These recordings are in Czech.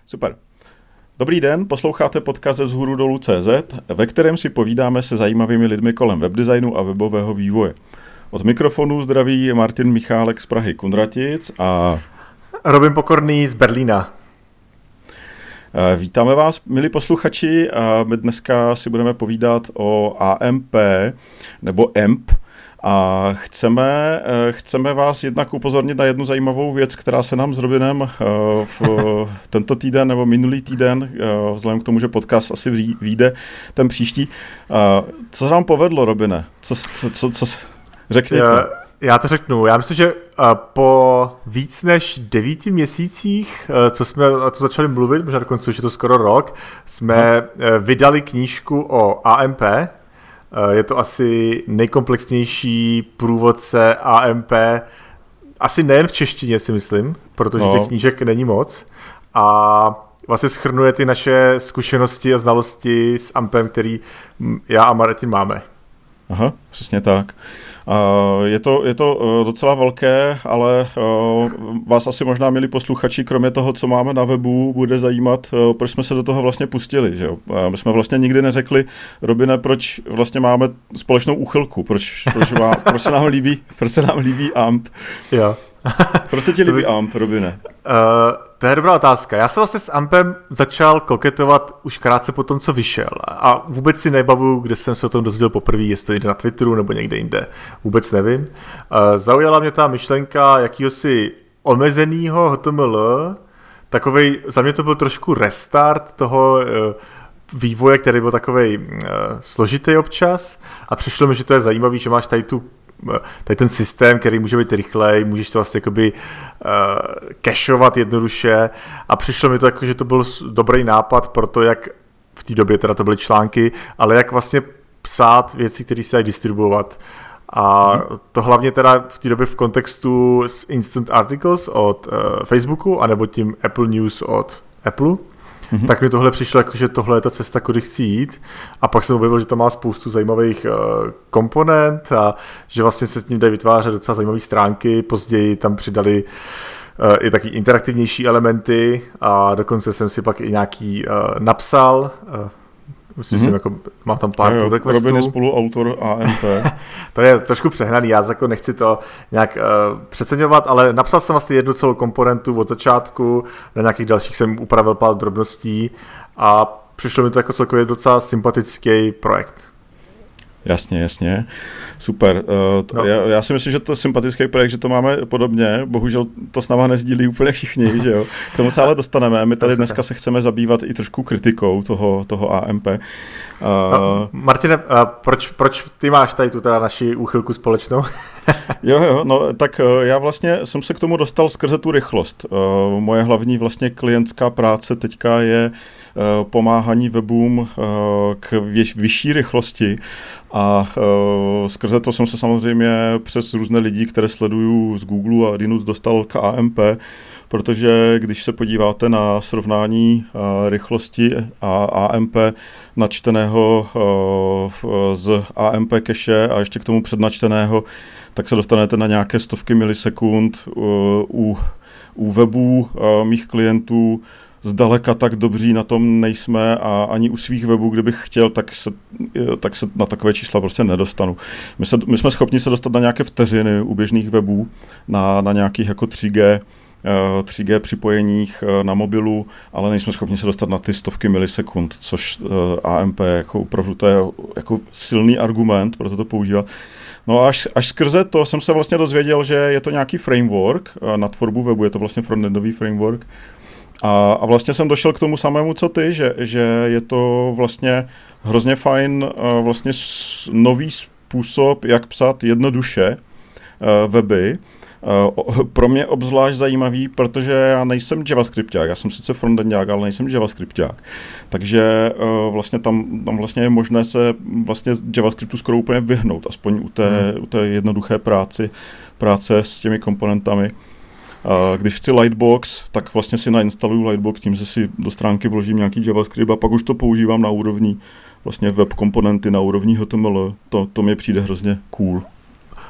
Super. Dobrý den, posloucháte podcast ze Vzhůru dolů CZ, ve kterém si povídáme se zajímavými lidmi kolem webdesignu a webového vývoje. Od mikrofonu zdraví Martin Michálek z Prahy Kunratic a Robin Pokorný z Berlína. Vítáme vás, milí posluchači, a my dneska si budeme povídat o AMP nebo AMP a chceme vás jednak upozornit na jednu zajímavou věc, která se nám s Robinem v tento týden nebo minulý týden, vzhledem k tomu, že podcast asi vyjde ten příští. Co se nám povedlo, Robine? Co řekni to. Já to řeknu. Já myslím, že po víc než 9 měsících, co jsme to začali mluvit, možná dokonce už je to skoro rok, jsme vydali knížku o AMP. Je to asi nejkomplexnější průvodce AMP, asi nejen v češtině, si myslím, protože těch knížek není moc. A vlastně shrnuje ty naše zkušenosti a znalosti s AMPem, který já a Martin máme. Aha, přesně tak. Je to docela velké, ale vás asi možná, milí posluchači, kromě toho, co máme na webu, bude zajímat, proč jsme se do toho vlastně pustili. Že jo? My jsme vlastně nikdy neřekli, Robine, proč vlastně máme společnou úchylku, proč se nám líbí AMP. Jo. Proč se ti líbí AMP, Robine? To je dobrá otázka. Já jsem vlastně s AMPem začal koketovat už krátce po tom, co vyšel. A vůbec si nebavuju, kde jsem se o tom dozvěděl poprvé, jestli na Twitteru nebo někde jinde. Vůbec nevím. Zaujala mě ta myšlenka jakýhosi omezenýho HTML. Takovej, za mě to byl trošku restart toho vývoje, který byl takovej složitý občas. A přišlo mi, že to je zajímavý, že máš tady ten systém, který může být rychlej, můžeš to vlastně jakoby cacheovat jednoduše a přišlo mi to jako, že to byl dobrý nápad pro to, jak v té době teda to byly články, ale jak vlastně psát věci, které se dají distribuovat. A to hlavně teda v té době v kontextu s Instant Articles od Facebooku anebo tím Apple News od Apple. Tak mi tohle přišlo, jako, že tohle je ta cesta, kudy chci jít. A pak jsem objevil, že to má spoustu zajímavých komponent a že vlastně se s tím dají vytvářet docela zajímavé stránky. Později tam přidali i taky interaktivnější elementy a dokonce jsem si pak i nějaký napsal. Myslím, že jako, mám tam pár pull requestů. Robin je spoluautor AMP. To je trošku přehnaný, já jako nechci to nějak přeceňovat, ale napsal jsem vlastně jednu celou komponentu od začátku, na nějakých dalších jsem upravil pár drobností a přišlo mi to jako celkově docela sympatický projekt. Jasně. Super. Já si myslím, že to je sympatický projekt, že to máme podobně. Bohužel to s náma nezdílí úplně všichni, že jo. K tomu se ale dostaneme. My tady dneska se chceme zabývat i trošku kritikou toho AMP. Martine, proč ty máš tady tu teda naši úchylku společnou? Jo, no tak já vlastně jsem se k tomu dostal skrze tu rychlost. Moje hlavní vlastně klientská práce teďka je pomáhání webům k vyšší rychlosti a skrze to jsem se samozřejmě přes různé lidi, které sleduju z Google a odjinud dostal k AMP, protože když se podíváte na srovnání rychlosti a AMP načteného z AMP cache a ještě k tomu přednačteného, tak se dostanete na nějaké stovky milisekund. U webů mých klientů zdaleka tak dobří na tom nejsme a ani u svých webů, kdybych chtěl, tak se na takové čísla prostě nedostanu. My jsme schopni se dostat na nějaké vteřiny u běžných webů, na nějakých jako 3G připojeních na mobilu, ale nejsme schopni se dostat na ty stovky milisekund, což AMP jako opravdu to je jako silný argument, proto to používat. No a až skrze to jsem se vlastně dozvěděl, že je to nějaký framework na tvorbu webu, je to vlastně frontendový framework. A vlastně jsem došel k tomu samému, co ty, že je to vlastně hrozně fajn vlastně nový způsob, jak psát jednoduše weby. Pro mě obzvlášť zajímavý, protože já nejsem javascripták, já jsem sice frontendák, ale nejsem javascripták. Takže vlastně tam vlastně je možné se vlastně JavaScriptu skoro úplně vyhnout, aspoň u té jednoduché práce s těmi komponentami. Když chci Lightbox, tak vlastně si nainstaluju Lightbox tím, že si do stránky vložím nějaký JavaScript a pak už to používám na úrovni vlastně web komponenty, na úrovni HTML. To mě přijde hrozně cool.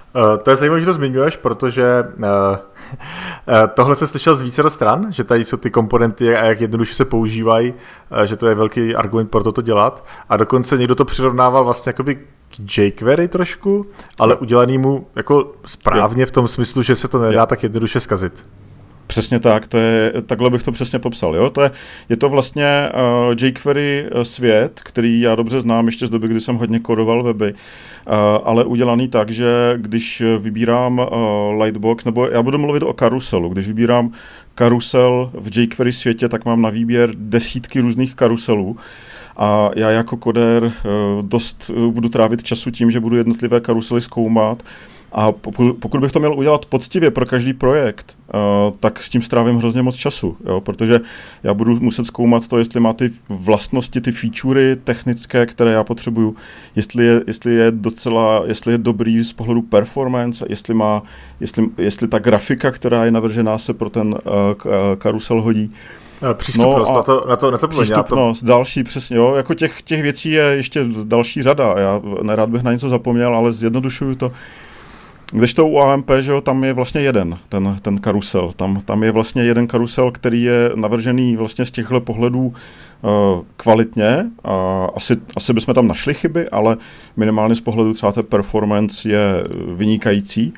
To je zajímavé, že to zmiňuješ, protože tohle jsem slyšel z více stran, že tady jsou ty komponenty a jak jednoduše se používají, že to je velký argument pro to dělat. A dokonce někdo to přirovnával vlastně jakoby k jQuery trošku, ale udělanýmu jako správně v tom smyslu, že se to nedá tak jednoduše zkazit. Přesně tak, takhle bych to přesně popsal. Jo? Je to vlastně jQuery svět, který já dobře znám ještě z doby, kdy jsem hodně kodoval weby, ale udělaný tak, že když vybírám Lightbox, nebo já budu mluvit o karuselu, když vybírám karusel v jQuery světě, tak mám na výběr desítky různých karuselů. A já jako kodér dost budu trávit času tím, že budu jednotlivé karusely zkoumat. A pokud bych to měl udělat poctivě pro každý projekt, tak s tím strávím hrozně moc času, jo? Protože já budu muset zkoumat to, jestli má ty vlastnosti, ty featurey technické, které já potřebuju, jestli je dobrý z pohledu performance, jestli ta grafika, která je navržená, se pro ten karusel hodí. Přístupnost, na to přístupnost, další, přesně, jo, jako těch věcí je ještě další řada, já nerad bych na něco zapomněl, ale zjednodušuju to. Kdežto u AMP, že jo, tam je vlastně jeden, ten karusel, tam je vlastně jeden karusel, který je navržený vlastně z těchto pohledů kvalitně, asi bychom tam našli chyby, ale minimálně z pohledu třeba té performance je vynikající.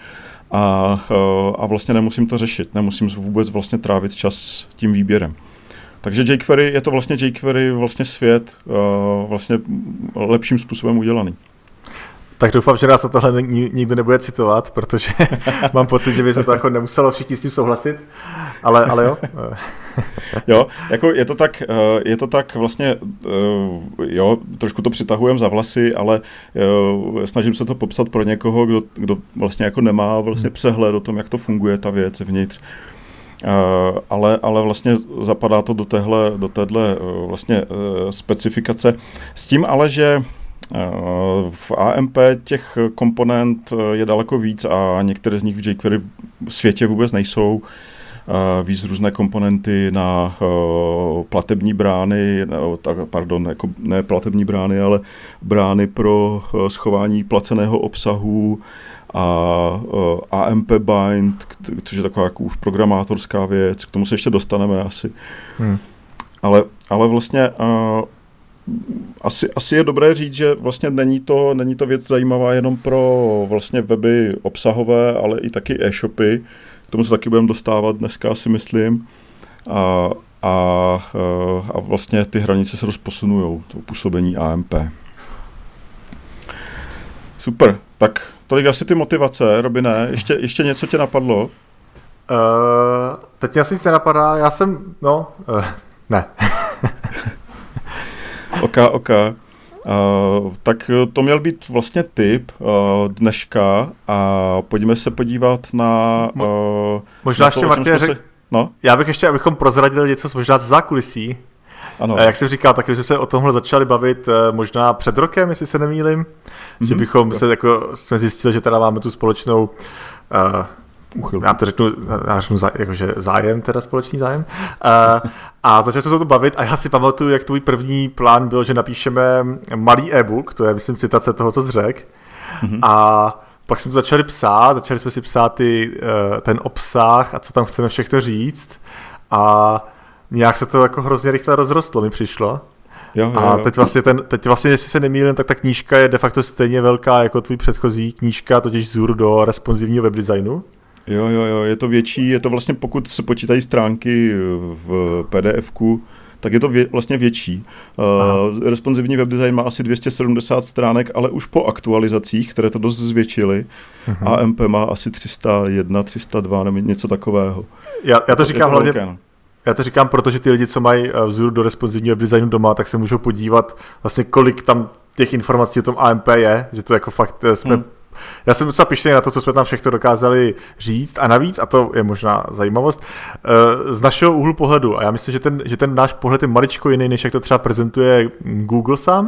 A vlastně nemusím to řešit, nemusím vůbec vlastně trávit čas tím výběrem. Takže jQuery, je to vlastně jQuery vlastně svět vlastně lepším způsobem udělaný. Tak doufám, že nás na tohle nikdo nebude citovat, protože mám pocit, že by se to jako nemuselo všichni s tím souhlasit, ale jo. Jo, jako je to tak vlastně, jo, trošku to přitahujeme za vlasy, ale snažím se to popsat pro někoho, kdo vlastně jako nemá vlastně přehled o tom, jak to funguje ta věc vnitř. Ale vlastně zapadá to do téhle vlastně specifikace. S tím ale, že v AMP těch komponent je daleko víc a některé z nich v jQuery světě vůbec nejsou. Víc různé komponenty na platební brány, jako ne platební brány, ale brány pro schování placeného obsahu a AMP bind, což je taková jako už programátorská věc, k tomu se ještě dostaneme asi. Ale vlastně asi je dobré říct, že vlastně není to věc zajímavá jenom pro vlastně weby obsahové, ale i taky e-shopy. K tomu se taky budeme dostávat dneska, si myslím. A vlastně ty hranice se rozposunujou, to působení AMP. Super, tak tolik asi ty motivace, Robine. Ještě něco tě napadlo? Teď mě asi nic nenapadá, ne. OK. Tak to měl být vlastně tip dneška a pojďme se podívat na... Možná ještě, Martin, já bych ještě, abychom prozradili něco možná z zákulisí. Ano. Jak jsem říkal, tak jsme se o tomhle začali bavit možná před rokem, jestli se nemýlim, že bychom jsme zjistili, že teda máme tu společnou... Já to řeknu jakože zájem, teda společný zájem. A začali jsme se to bavit a já si pamatuju, jak tvůj první plán byl, že napíšeme malý e-book, to je, myslím, citace toho, co jsi řekl. A pak jsme to začali jsme si psát ten obsah a co tam chceme všechno říct. A nějak se to jako hrozně rychle rozrostlo, mi přišlo. Jo. A teď vlastně, jestli se nemýlím, tak ta knížka je de facto stejně velká jako tvůj předchozí knížka, totiž Vzůr do responsivního webdesignu. Jo, je to větší, je to vlastně, pokud se počítají stránky v PDF-ku, tak je to vlastně větší. Responsivní webdesign má asi 270 stránek, ale už po aktualizacích, které to dost zvětšily, AMP má asi 301, 302 nebo něco takového. Já to říkám hlavně... Velké, no. Já to říkám, protože ty lidi, co mají vzůr do responsivního webdesignu doma, tak se můžou podívat vlastně, kolik tam těch informací o tom AMP je, že to jako fakt jsme... Já jsem docela pyšný na to, co jsme tam všechno dokázali říct a navíc, a to je možná zajímavost, z našeho úhlu pohledu, a já myslím, že ten náš pohled je maličko jiný, než jak to třeba prezentuje Google sám,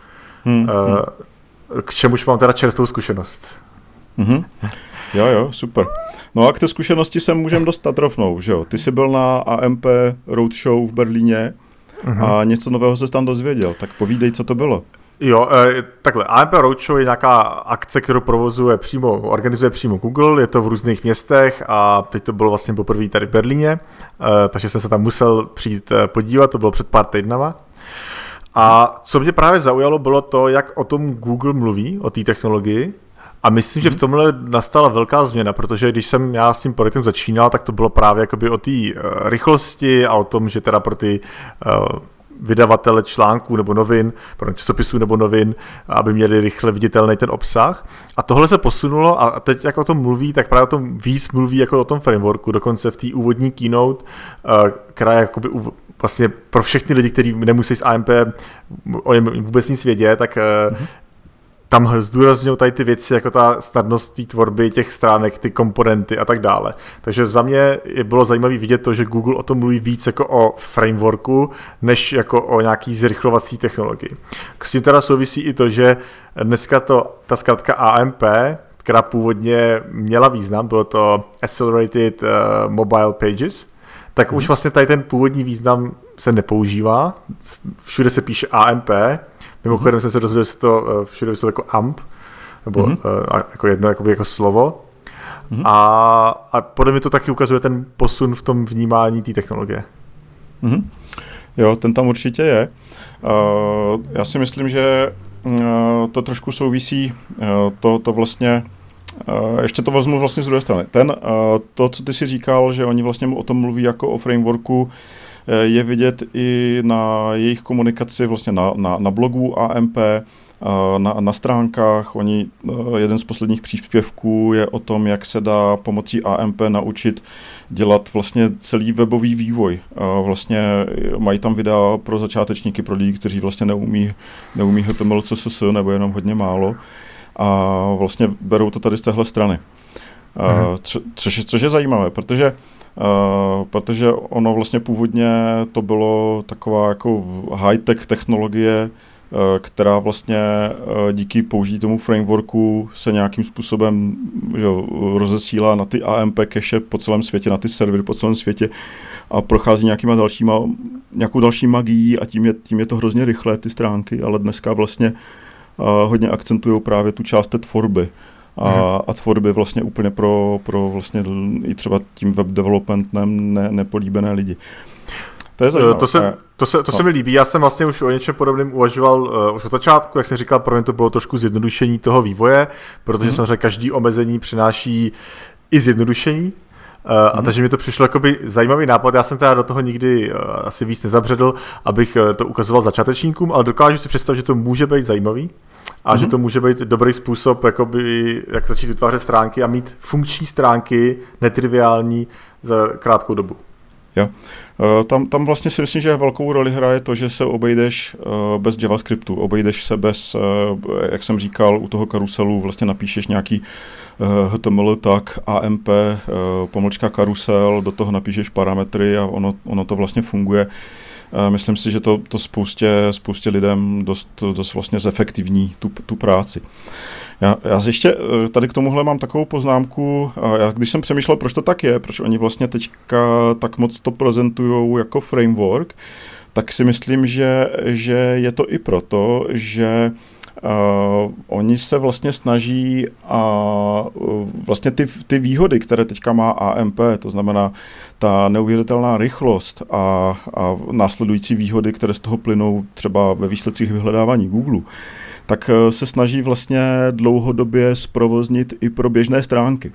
k čemuž mám teda čerstvou zkušenost. Jo, super. No a k té zkušenosti se můžeme dostat rovnou, že jo? Ty jsi byl na AMP Roadshow v Berlíně a něco nového se tam dozvěděl, tak povídej, co to bylo. Jo, takhle, AMP Roadshow je nějaká akce, kterou organizuje přímo Google, je to v různých městech a teď to bylo vlastně poprvé tady v Berlíně, takže jsem se tam musel přijít podívat, to bylo před pár týdnama. A co mě právě zaujalo, bylo to, jak o tom Google mluví, o té technologii. A myslím, že v tomhle nastala velká změna, protože když jsem já s tím projektem začínal, tak to bylo právě jakoby o té rychlosti a o tom, že teda pro ty vydavatele článků nebo novin, časopisů nebo novin, aby měli rychle viditelný ten obsah. A tohle se posunulo a teď jak o tom mluví, tak právě o tom víc mluví jako o tom frameworku, dokonce v té úvodní keynote, která je jakoby vlastně pro všechny lidi, kteří nemusí s AMP o něm vůbec nic vědět, tak tam zdůrazňují tady ty věci, jako ta snadnost té tvorby těch stránek, ty komponenty a tak dále. Takže za mě bylo zajímavé vidět to, že Google o tom mluví víc jako o frameworku, než jako o nějaký zrychlovací technologii. S tím teda souvisí i to, že dneska ta zkratka AMP, která původně měla význam, bylo to Accelerated Mobile Pages, tak už vlastně tady ten původní význam se nepoužívá. Všude se píše AMP. Mimochodem jsem se dozvěděl, že to všude jsou jako AMP, nebo jako jedno jako slovo. A podle mě to taky ukazuje ten posun v tom vnímání té technologie. Jo, ten tam určitě je. Já si myslím, že to trošku souvisí, to vlastně, ještě to vezmu vlastně z druhé strany. To, co ty si říkal, že oni vlastně o tom mluví jako o frameworku, je vidět i na jejich komunikaci vlastně na blogu AMP, na stránkách. Jeden z posledních příspěvků je o tom, jak se dá pomocí AMP naučit dělat vlastně celý webový vývoj. Vlastně mají tam videa pro začátečníky, pro lidi, kteří vlastně neumí HTML, CSS nebo jenom hodně málo. A vlastně berou to tady z téhle strany. Což je zajímavé, protože ono vlastně původně to bylo taková jako high-tech technologie, která vlastně díky použití tomu frameworku se nějakým způsobem rozesílá na ty AMP cache po celém světě, na ty servery po celém světě a prochází nějakou další magií a tím je to hrozně rychlé ty stránky, ale dneska vlastně hodně akcentují právě tu část té tvorby. A tvorby vlastně úplně pro vlastně i třeba tím web developmentem nepolíbené lidi. To je zajímavé. To se mi líbí. Já jsem vlastně už o něčem podobném uvažoval už od začátku, jak jsem říkal, pro mě to bylo trošku zjednodušení toho vývoje, protože samozřejmě každý omezení přináší i zjednodušení. A takže mi to přišlo jakoby zajímavý nápad. Já jsem teda do toho nikdy asi víc nezabředl, abych to ukazoval začátečníkům, ale dokážu si představit, že to může být zajímavý a že to může být dobrý způsob, jakoby, jak začít vytvářet stránky a mít funkční stránky, netriviální za krátkou dobu. Jo. Tam vlastně si myslím, že velkou roli hraje to, že se obejdeš bez JavaScriptu, obejdeš se bez, jak jsem říkal, u toho karuselu vlastně napíšeš nějaký HTML tag, AMP, pomlčka karusel, do toho napíšeš parametry a ono to vlastně funguje. Myslím si, že to spoustě lidem dost vlastně zefektivní tu práci. Já ještě tady k tomuhle mám takovou poznámku, když jsem přemýšlel, proč to tak je, proč oni vlastně teďka tak moc to prezentujou jako framework, tak si myslím, že je to i proto, že oni se vlastně snaží vlastně ty výhody, které teďka má AMP, to znamená ta neuvěřitelná rychlost a následující výhody, které z toho plynou třeba ve výsledcích vyhledávání Google, tak se snaží vlastně dlouhodobě zprovoznit i pro běžné stránky.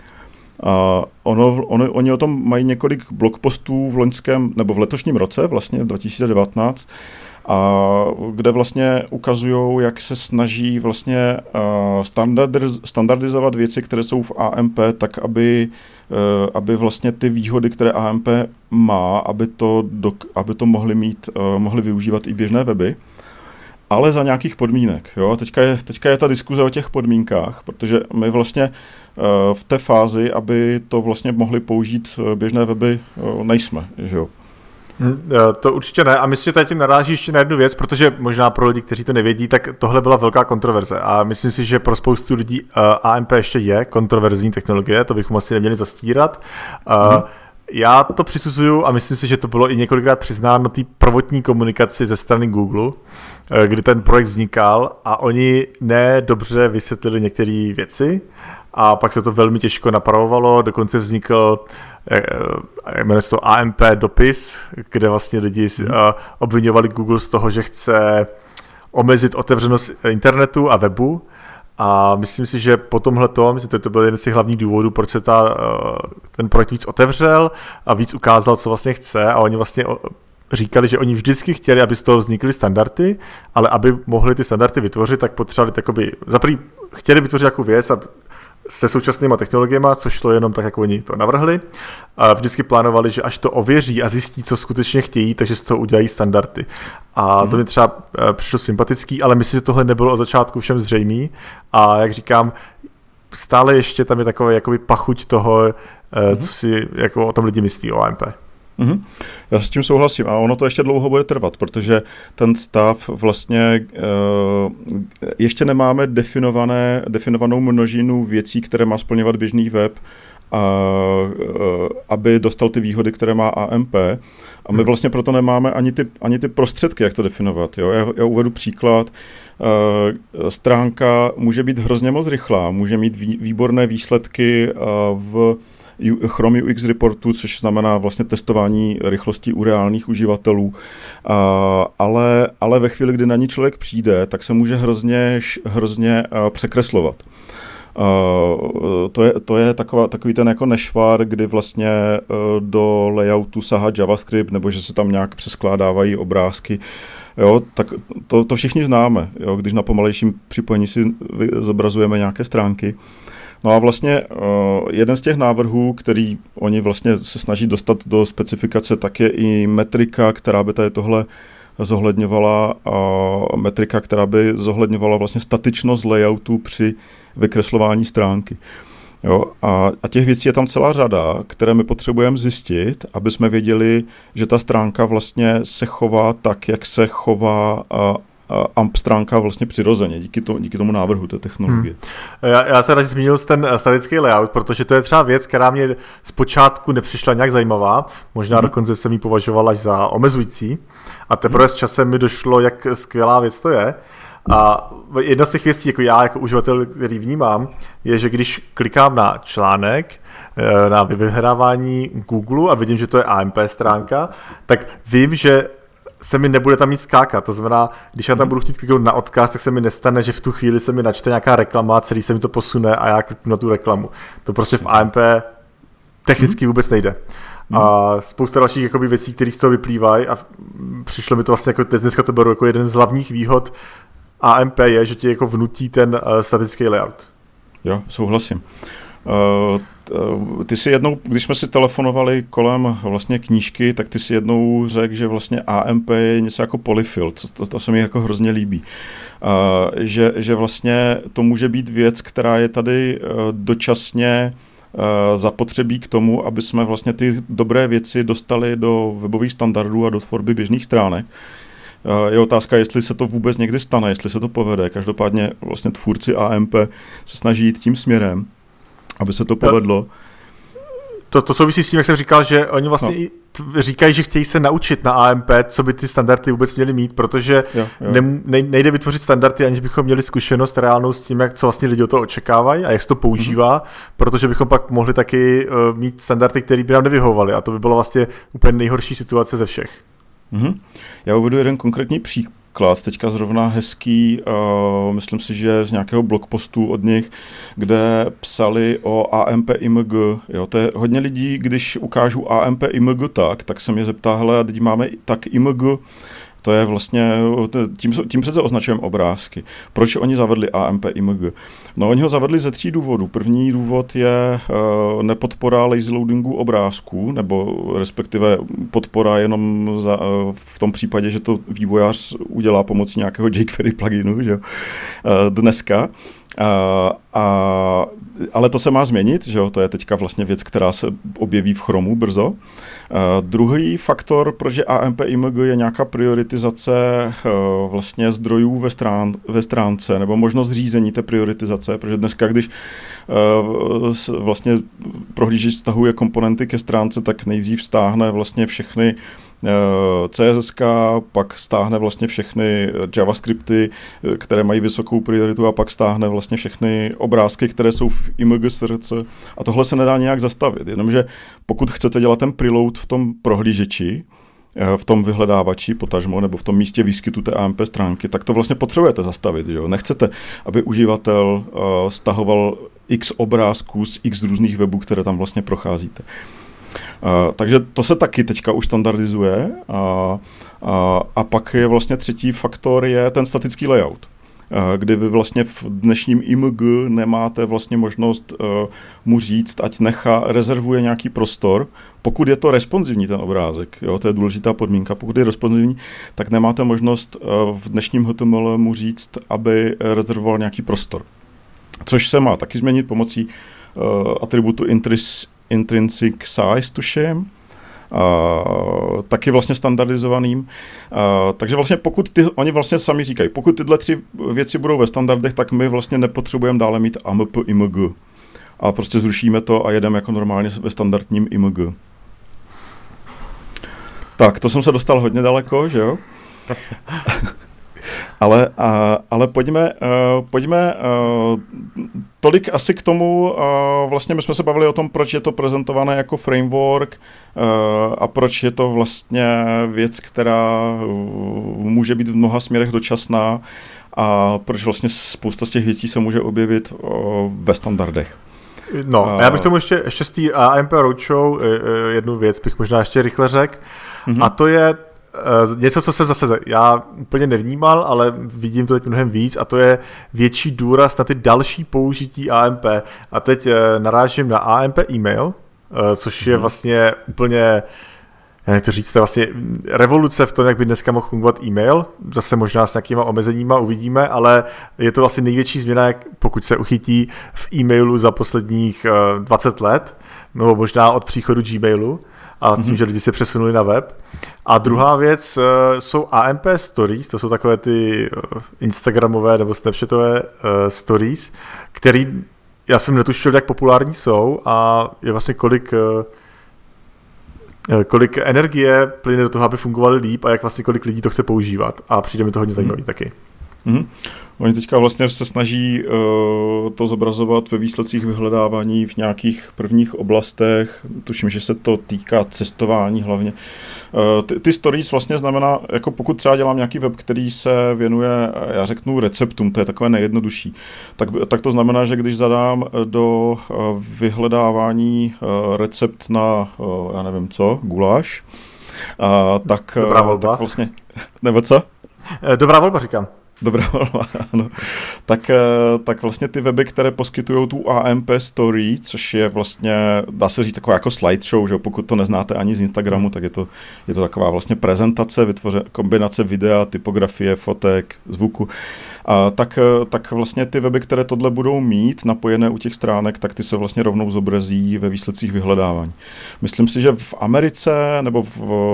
Oni o tom mají několik blogpostů v letošním roce, vlastně 2019, a kde vlastně ukazují, jak se snaží vlastně standardizovat věci, které jsou v AMP, tak aby vlastně ty výhody, které AMP má, aby to mohli využívat i běžné weby, ale za nějakých podmínek. Jo? Teďka je ta diskuze o těch podmínkách, protože my vlastně v té fázi, aby to vlastně mohli použít běžné weby, nejsme. Že jo? To určitě ne. A myslím, že tady tím naráží ještě na jednu věc, protože možná pro lidi, kteří to nevědí, tak tohle byla velká kontroverze. A myslím si, že pro spoustu lidí AMP ještě je kontroverzní technologie, to bychom asi neměli zastírat. Já to přisuzuju a myslím si, že to bylo i několikrát přiznáno té prvotní komunikaci ze strany Google, kdy ten projekt vznikal a oni nedobře vysvětlili některé věci a pak se to velmi těžko napravovalo, dokonce vznikl jmenuje se to AMP dopis, kde vlastně lidi obviňovali Google z toho, že chce omezit otevřenost internetu a webu. A myslím si, že po tomhletom, myslím, to byl jeden z těch hlavních důvodů, proč se ten projekt víc otevřel a víc ukázal, co vlastně chce a oni vlastně říkali, že oni vždycky chtěli, aby z toho vznikly standardy, ale aby mohli ty standardy vytvořit, tak potřebovali takoby, chtěli vytvořit nějakou věc a se současnými technologiemi, což to jenom tak, jako oni to navrhli. A vždycky plánovali, že až to ověří a zjistí, co skutečně chtějí, takže z toho udělají standardy. A to mi třeba přišlo sympatický, ale myslím, že tohle nebylo od začátku všem zřejmý. A jak říkám, stále ještě tam je takové jakoby pachuť toho, co si jako o tom lidi myslí o AMP. Já s tím souhlasím a ono to ještě dlouho bude trvat, protože ten stav vlastně ještě nemáme definovanou množinu věcí, které má splňovat běžný web, aby dostal ty výhody, které má AMP. A my vlastně proto nemáme ani ty prostředky, jak to definovat. Jo? Já uvedu příklad. Stránka může být hrozně moc rychlá, může mít výborné výsledky v Chrome UX reportu, což znamená vlastně testování rychlosti u reálných uživatelů, ale ve chvíli, kdy na ní člověk přijde, tak se může hrozně překreslovat. To je takový ten jako nešvar, kdy vlastně do layoutu sahá JavaScript, nebo že se tam nějak přeskládávají obrázky. Jo, tak to všichni známe, jo, když na pomalejším připojení si zobrazujeme nějaké stránky. No a vlastně jeden z těch návrhů, který oni vlastně se snaží dostat do specifikace, tak je i metrika, která by tady tohle zohledňovala, metrika, která by zohledňovala vlastně statičnost layoutu při vykreslování stránky. Jo, a těch věcí je tam celá řada, které my potřebujeme zjistit, aby jsme věděli, že ta stránka vlastně se chová tak, jak se chová AMP stránka vlastně přirozeně, díky tomu návrhu té technologie. Já se rád zmínil ten statický layout, protože to je třeba věc, která mě zpočátku nepřišla nějak zajímavá, možná dokonce jsem ji považoval až za omezující a teprve s časem mi došlo, jak skvělá věc to je. A jedna z těch věcí, jako já jako uživatel, který vnímám, je, že když klikám na článek, na vyhledávání Google a vidím, že to je AMP stránka, tak vím, že se mi nebude tam nic skákat. To znamená, když já tam budu chtít kliknout na odkaz, tak se mi nestane, že v tu chvíli se mi načte nějaká reklama, celý se mi to posune a já kliknu na tu reklamu. To prostě v AMP technicky vůbec nejde. A spousta dalších jakoby, věcí, které z toho vyplývají a přišlo mi to vlastně, jako dneska to beru jako jeden z hlavních výhod AMP je, že ti jako vnutí ten statický layout. Jo, souhlasím. Ty si jednou, když jsme si telefonovali kolem vlastně knížky, tak ty si jednou řekl, že vlastně AMP je něco jako polyfill, to se mi jako hrozně líbí. Že vlastně to může být věc, která je tady dočasně zapotřebí k tomu, aby jsme vlastně ty dobré věci dostali do webových standardů a do tvorby běžných stránek. Je otázka, jestli se to vůbec někdy stane, jestli se to povede. Každopádně vlastně tvůrci AMP se snaží jít tím směrem, aby se to povedlo. To souvisí s tím, jak jsem říkal, že oni vlastně říkají, že chtějí se naučit na AMP, co by ty standardy vůbec měly mít, protože nejde vytvořit standardy, aniž bychom měli zkušenost reálnou s tím, co vlastně lidi o to očekávají a jak se to používá, protože bychom pak mohli taky mít standardy, které by nám nevyhovovaly a to by bylo vlastně úplně nejhorší situace ze všech. Já uvedu jeden konkrétní příklad, teďka zrovna hezký, myslím si, že z nějakého blogpostu od nich, kde psali o AMP IMG. Jo, to je hodně lidí, když ukážu AMP IMG tak se mě zeptá, hele, a teď máme tak IMG, to je vlastně, tím přece označujeme obrázky. Proč oni zavedli AMP IMG? No, oni ho zavedli ze 3 důvodů. První důvod je nepodpora lazy loadingu obrázků, nebo respektive podpora jenom v tom případě, že to vývojář udělá pomocí nějakého jQuery pluginu, že? Dneska. A ale to se má změnit, že jo? To je teďka vlastně věc, která se objeví v Chromu brzo. Druhý faktor, proč je AMP IMG, je nějaká prioritizace vlastně zdrojů ve stránce, nebo možnost řízení té prioritizace, protože dneska, když vlastně prohlížeč stahuje komponenty ke stránce, tak nejdřív stáhne vlastně všechny CSS, pak stáhne vlastně všechny JavaScripty, které mají vysokou prioritu, a pak stáhne vlastně všechny obrázky, které jsou v img src, a tohle se nedá nějak zastavit, jenomže pokud chcete dělat ten preload v tom prohlížeči, v tom vyhledávači potažmo, nebo v tom místě výskytu té AMP stránky, tak to vlastně potřebujete zastavit. Že jo? Nechcete, aby uživatel stahoval x obrázků z x různých webů, které tam vlastně procházíte. Takže to se taky teďka už standardizuje a pak je vlastně třetí faktor, je ten statický layout, kdy vy vlastně v dnešním IMG nemáte vlastně možnost mu říct, ať rezervuje nějaký prostor, pokud je to responsivní ten obrázek, jo, to je důležitá podmínka, pokud je responsivní, tak nemáte možnost v dnešním HTML mu říct, aby rezervoval nějaký prostor, což se má taky změnit pomocí atributu intrinsic size, tuším, taky vlastně standardizovaným. Takže vlastně oni vlastně sami říkají, pokud tyhle tři věci budou ve standardech, tak my vlastně nepotřebujeme dále mít AMP IMG. A prostě zrušíme to a jedeme jako normálně ve standardním IMG. Tak, to jsem se dostal hodně daleko, že jo? Ale pojďme tolik asi k tomu, vlastně my jsme se bavili o tom, proč je to prezentované jako framework a proč je to vlastně věc, která může být v mnoha směrech dočasná a proč vlastně spousta z těch věcí se může objevit ve standardech. No, já bych tomu ještě z té AMP Roadshow jednu věc bych možná ještě rychle řekl, a to je něco, co jsem zase já úplně nevnímal, ale vidím to teď mnohem víc, a to je větší důraz na ty další použití AMP. A teď narážím na AMP e-mail, což je vlastně úplně, jak to říct, to je vlastně revoluce v tom, jak by dneska mohl fungovat e-mail. Zase možná s nějakýma omezeníma uvidíme, ale je to vlastně největší změna, pokud se uchytí v e-mailu za posledních 20 let, nebo možná od příchodu Gmailu, a tím, že lidi se přesunuli na web. A druhá věc jsou AMP Stories, to jsou takové ty instagramové nebo snapchatové stories, který já jsem netušil, jak populární jsou, a je vlastně kolik energie plyne do toho, aby fungovaly líp, a jak vlastně kolik lidí to chce používat. A přijde mi to hodně zajímavý taky. Oni teďka vlastně se snaží to zobrazovat ve výsledcích vyhledávání v nějakých prvních oblastech. Tuším, že se to týká cestování hlavně. Ty stories vlastně znamená, jako pokud třeba dělám nějaký web, který se věnuje, já řeknu, receptům, to je takové nejjednodušší, tak to znamená, že když zadám do vyhledávání recept na, já nevím co, guláš, tak... Dobrá volba. Tak vlastně, nebo co? Dobrá volba, říkám. Dobrá, ano. Tak vlastně ty weby, které poskytují tu AMP story, což je vlastně, dá se říct, taková jako slideshow, že pokud to neznáte ani z Instagramu, tak je to taková vlastně prezentace, kombinace videa, typografie, fotek, zvuku. Tak vlastně ty weby, které tohle budou mít napojené u těch stránek, tak ty se vlastně rovnou zobrazí ve výsledcích vyhledávání. Myslím si, že v Americe nebo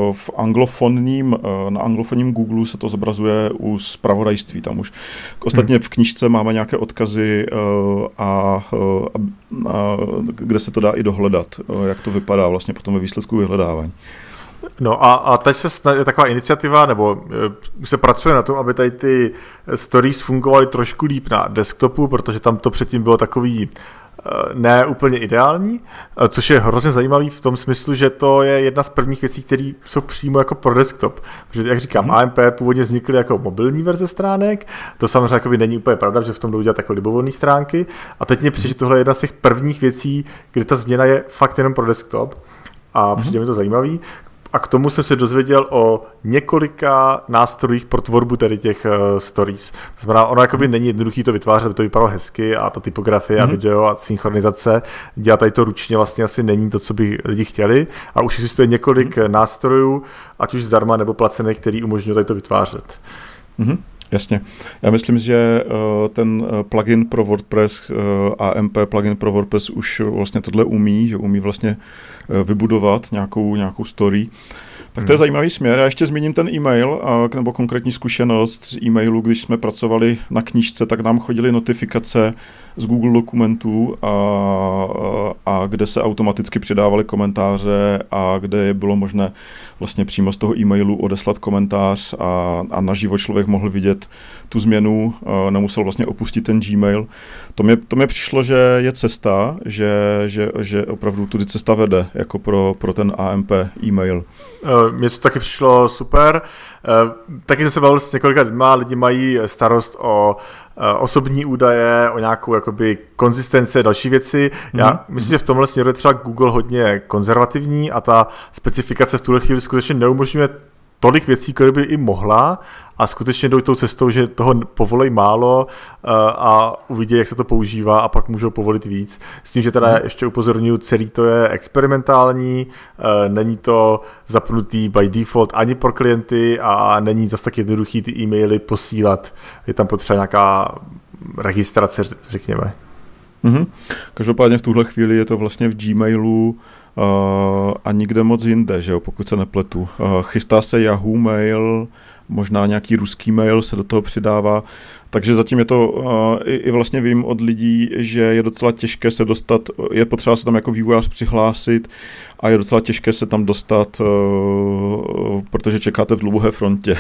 na anglofonním Google se to zobrazuje u zpravodajství. Tam už ostatně v knížce máme nějaké odkazy, kde se to dá i dohledat, jak to vypadá vlastně potom ve výsledku vyhledávání. No a teď je taková iniciativa, nebo se pracuje na tom, aby tady ty stories fungovaly trošku líp na desktopu, protože tam to předtím bylo takový ne úplně ideální, což je hrozně zajímavý v tom smyslu, že to je jedna z prvních věcí, které jsou přímo jako pro desktop. Protože, jak říkám, AMP původně vznikly jako mobilní verze stránek, to samozřejmě jako není úplně pravda, že v tom jdou dělat jako libovolné stránky, a teď mě přijde, že tohle je jedna z těch prvních věcí, kdy ta změna je fakt jenom pro desktop, a přijde mi to zajímavý. A k tomu jsem se dozvěděl o několika nástrojích pro tvorbu tady těch stories. To znamená, ono jakoby není jednoduchý to vytvářet, aby to vypadalo hezky, a ta typografie a video a synchronizace, dělat tady to ručně vlastně asi není to, co by lidi chtěli, a už existuje několik nástrojů, ať už zdarma nebo placených, který umožňují tady to vytvářet. Jasně. Já myslím, že ten plugin pro WordPress, AMP plugin pro WordPress už vlastně tohle umí, že umí vlastně vybudovat nějakou story. Tak to je zajímavý směr. Já ještě zmíním ten e-mail, nebo konkrétní zkušenost z e-mailu, když jsme pracovali na knížce, tak nám chodily notifikace z Google dokumentů, a kde se automaticky přidávaly komentáře a kde bylo možné vlastně přímo z toho e-mailu odeslat komentář a naživo člověk mohl vidět tu změnu, nemusel vlastně opustit ten Gmail. To mě přišlo, že je cesta, že opravdu tudy cesta vede, jako pro ten AMP e-mail. Mně to taky přišlo super. Taky jsem se bavil s několika lidma, lidi mají starost o osobní údaje, o nějakou jakoby konzistence, další věci. Já myslím, že v tomhle směru je třeba Google hodně konzervativní a ta specifikace v tuhle chvíli skutečně neumožňuje tolik věcí, které by i mohla, a skutečně jdou tou cestou, že toho povolej málo a uvidí, jak se to používá, a pak můžou povolit víc. S tím, že teda ještě upozorňuji, celý to je experimentální, není to zapnutý by default ani pro klienty a není zase tak jednoduchý ty e-maily posílat. Je tam potřeba nějaká registrace, řekněme. Každopádně v tuhle chvíli je to vlastně v Gmailu a nikde moc jinde, že jo, pokud se nepletu. Chystá se Yahoo Mail, možná nějaký ruský mail se do toho přidává, takže zatím je to, i vlastně vím od lidí, že je docela těžké se dostat, je potřeba se tam jako vývojář přihlásit a je docela těžké se tam dostat, protože čekáte v dlouhé frontě.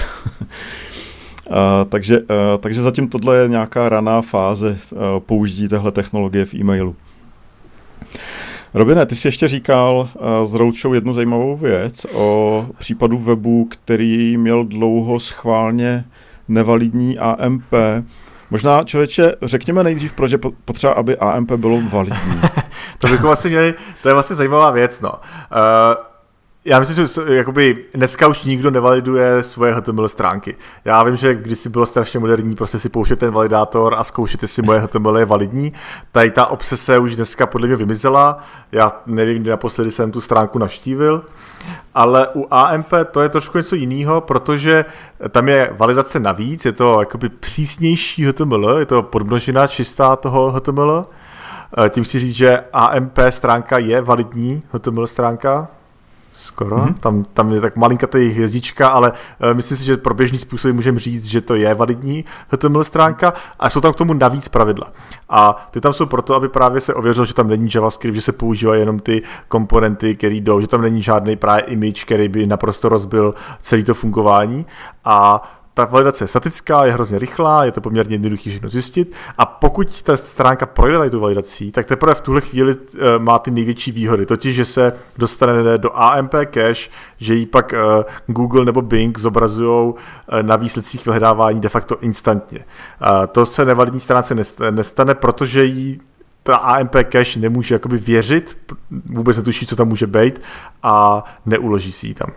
Takže zatím tohle je nějaká raná fáze použití téhle technologie v e-mailu. Robine, ty jsi ještě říkal z Roadshow jednu zajímavou věc o případu webu, který měl dlouho schválně nevalidní AMP. Možná, člověče, řekněme nejdřív, proč je potřeba, aby AMP bylo validní. To bychom asi měli, to je vlastně zajímavá věc, no. Já myslím, že jakoby dneska už nikdo nevaliduje svoje HTML stránky. Já vím, že kdysi bylo strašně moderní prostě si pouštět ten validátor a zkoušet, jestli moje HTML je validní. Tady ta obsese už dneska podle mě vymizela. Já nevím, kdy naposledy jsem tu stránku navštívil, ale u AMP to je trošku něco jiného, protože tam je validace navíc, je to jakoby přísnější HTML, je to podmnožina čistá toho HTML. Tím chci říct, že AMP stránka je validní HTML stránka. Skoro. Tam je tak malinkatá hvězdička, ale myslím si, že pro běžný způsob můžeme říct, že to je validní HTML stránka, a jsou tam k tomu navíc pravidla. A ty tam jsou proto, aby právě se ověřilo, že tam není JavaScript, že se používají jenom ty komponenty, které jdou, že tam není žádný právě image, který by naprosto rozbil celé to fungování. A ta validace je statická, je hrozně rychlá, je to poměrně jednoduchý všechno zjistit, a pokud ta stránka projde tady tu validací, tak teprve v tuhle chvíli má ty největší výhody, totiž, že se dostane do AMP cache, že ji pak Google nebo Bing zobrazují na výsledcích vyhledávání de facto instantně. To se nevalidní stránce nestane, protože jí ta AMP cache nemůže jakoby věřit, vůbec netuší, co tam může být, a neuloží si ji tam.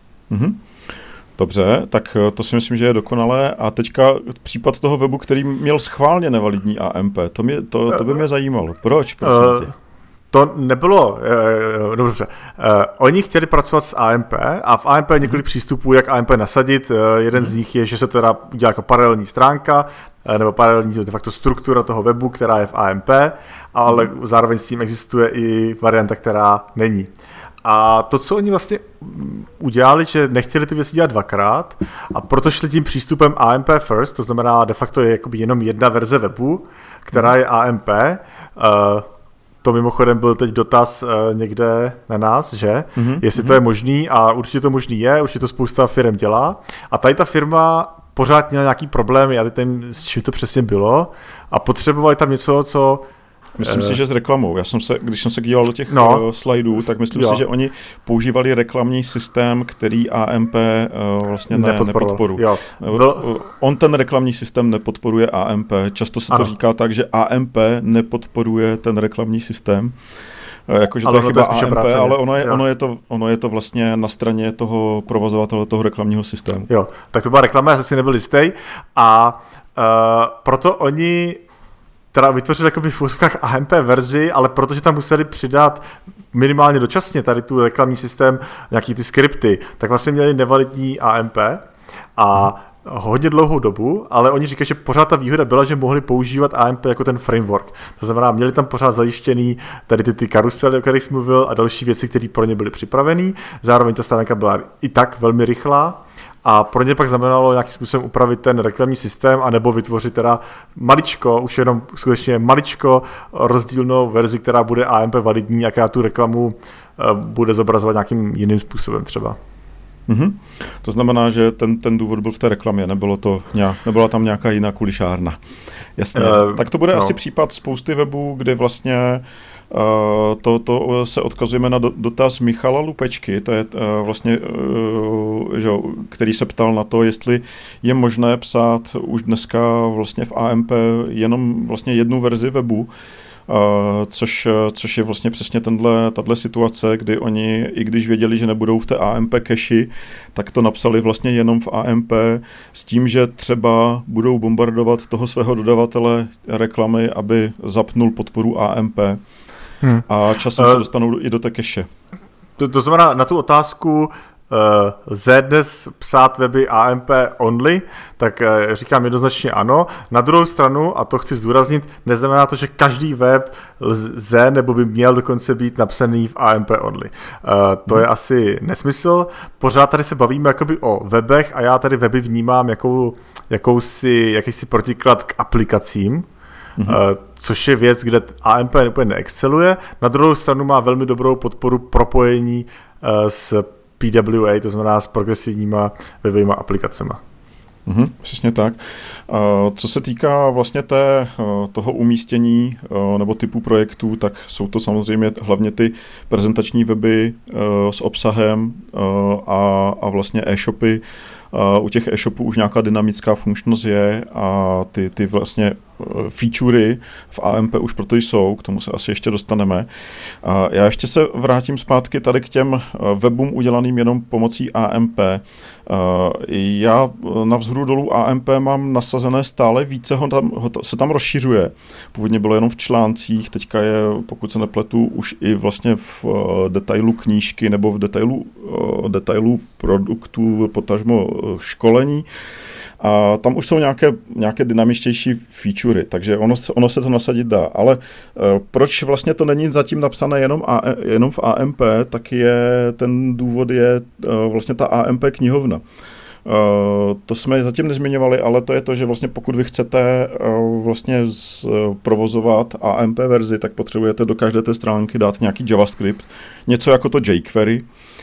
Dobře, tak to si myslím, že je dokonalé. A teďka případ toho webu, který měl schválně nevalidní AMP, to by mě zajímalo. Proč, prosím tě? To nebylo, dobře. Oni chtěli pracovat s AMP a v AMP je několik přístupů, jak AMP nasadit. Jeden z nich je, že se teda udělá jako paralelní stránka, nebo paralelní de facto struktura toho webu, která je v AMP, ale zároveň s tím existuje i varianta, která není. A to, co oni vlastně udělali, že nechtěli ty věci dělat dvakrát, a proto šli tím přístupem AMP first, to znamená de facto je jakoby jenom jedna verze webu, která je AMP. To mimochodem byl teď dotaz někde na nás, že? Jestli to je možný, a určitě to možný je, určitě to spousta firm dělá. A tady ta firma pořád měla nějaký problém, já teď nevím, s čím to přesně bylo, a potřebovali tam něco, co... Myslím si, že s reklamou. Když jsem se díval do těch slajdů, tak myslím si, že oni používali reklamní systém, který AMP vlastně nepodporuje. On ten reklamní systém nepodporuje AMP. Často se to říká tak, že AMP nepodporuje ten reklamní systém. Jakože to je chyba AMP, ale ono je to vlastně na straně toho provozovatele toho reklamního systému. Jo, tak to byla reklama, já jsem si nebyl jistý, a proto oni teda vytvořili jakoby v úzkách AMP verzi, ale protože tam museli přidat minimálně dočasně tady tu reklamní systém, nějaký ty skripty, tak vlastně měli nevalidní AMP, a hodně dlouhou dobu, ale oni říkají, že pořád ta výhoda byla, že mohli používat AMP jako ten framework. To znamená, měli tam pořád zajištěný tady ty karusely, o kterých jsem mluvil, a další věci, které pro ně byly připravené. Zároveň ta stránka byla i tak velmi rychlá. A pro ně pak znamenalo nějakým způsobem upravit ten reklamní systém, anebo vytvořit teda maličko, už jenom skutečně maličko rozdílnou verzi, která bude AMP validní a která tu reklamu bude zobrazovat nějakým jiným způsobem třeba. Mm-hmm. To znamená, že ten důvod byl v té reklamě, nebyla tam nějaká jiná kulišárna. Jasně. Tak to bude asi případ spousty webů, kdy vlastně to se odkazujeme na dotaz Michala Lupečky, to je vlastně, že, který se ptal na to, jestli je možné psát už dneska vlastně v AMP jenom vlastně jednu verzi webu, což je vlastně přesně tato situace, kdy oni, i když věděli, že nebudou v té AMP cache, tak to napsali vlastně jenom v AMP s tím, že třeba budou bombardovat toho svého dodavatele reklamy, aby zapnul podporu AMP. A časem se dostanou i do té cache. To znamená, na tu otázku lze dnes psát weby AMP only, tak říkám jednoznačně ano. Na druhou stranu, a to chci zdůraznit, neznamená to, že každý web lze nebo by měl dokonce být napsaný v AMP only. To je asi nesmysl. Pořád tady se bavíme jakoby o webech a já tady weby vnímám jakýsi protiklad k aplikacím, což je věc, kde AMP úplně neexceluje. Na druhou stranu má velmi dobrou podporu propojení s PWA, to znamená s progresivníma webovými aplikacemi. Přesně tak. Co se týká vlastně toho umístění nebo typu projektů, tak jsou to samozřejmě hlavně ty prezentační weby s obsahem a vlastně e-shopy. U těch e-shopů už nějaká dynamická funkčnost je a ty vlastně featurey v AMP už proto jsou, k tomu se asi ještě dostaneme. Já ještě se vrátím zpátky tady k těm webům udělaným jenom pomocí AMP. Já navzhůru dolů AMP mám nasazené stále více, se tam rozšiřuje. Původně bylo jenom v článcích, teďka je, pokud se nepletu, už i vlastně v detailu knížky nebo v detailu produktů, potažmo školení. A tam už jsou nějaké dynamičtější featurey, takže ono se to nasadit dá. Ale proč vlastně to není zatím napsané jenom v AMP, tak ten důvod je vlastně ta AMP knihovna. To jsme zatím nezmiňovali, ale to je to, že vlastně pokud vy chcete vlastně provozovat AMP verzi, tak potřebujete do každé té stránky dát nějaký JavaScript, něco jako to jQuery,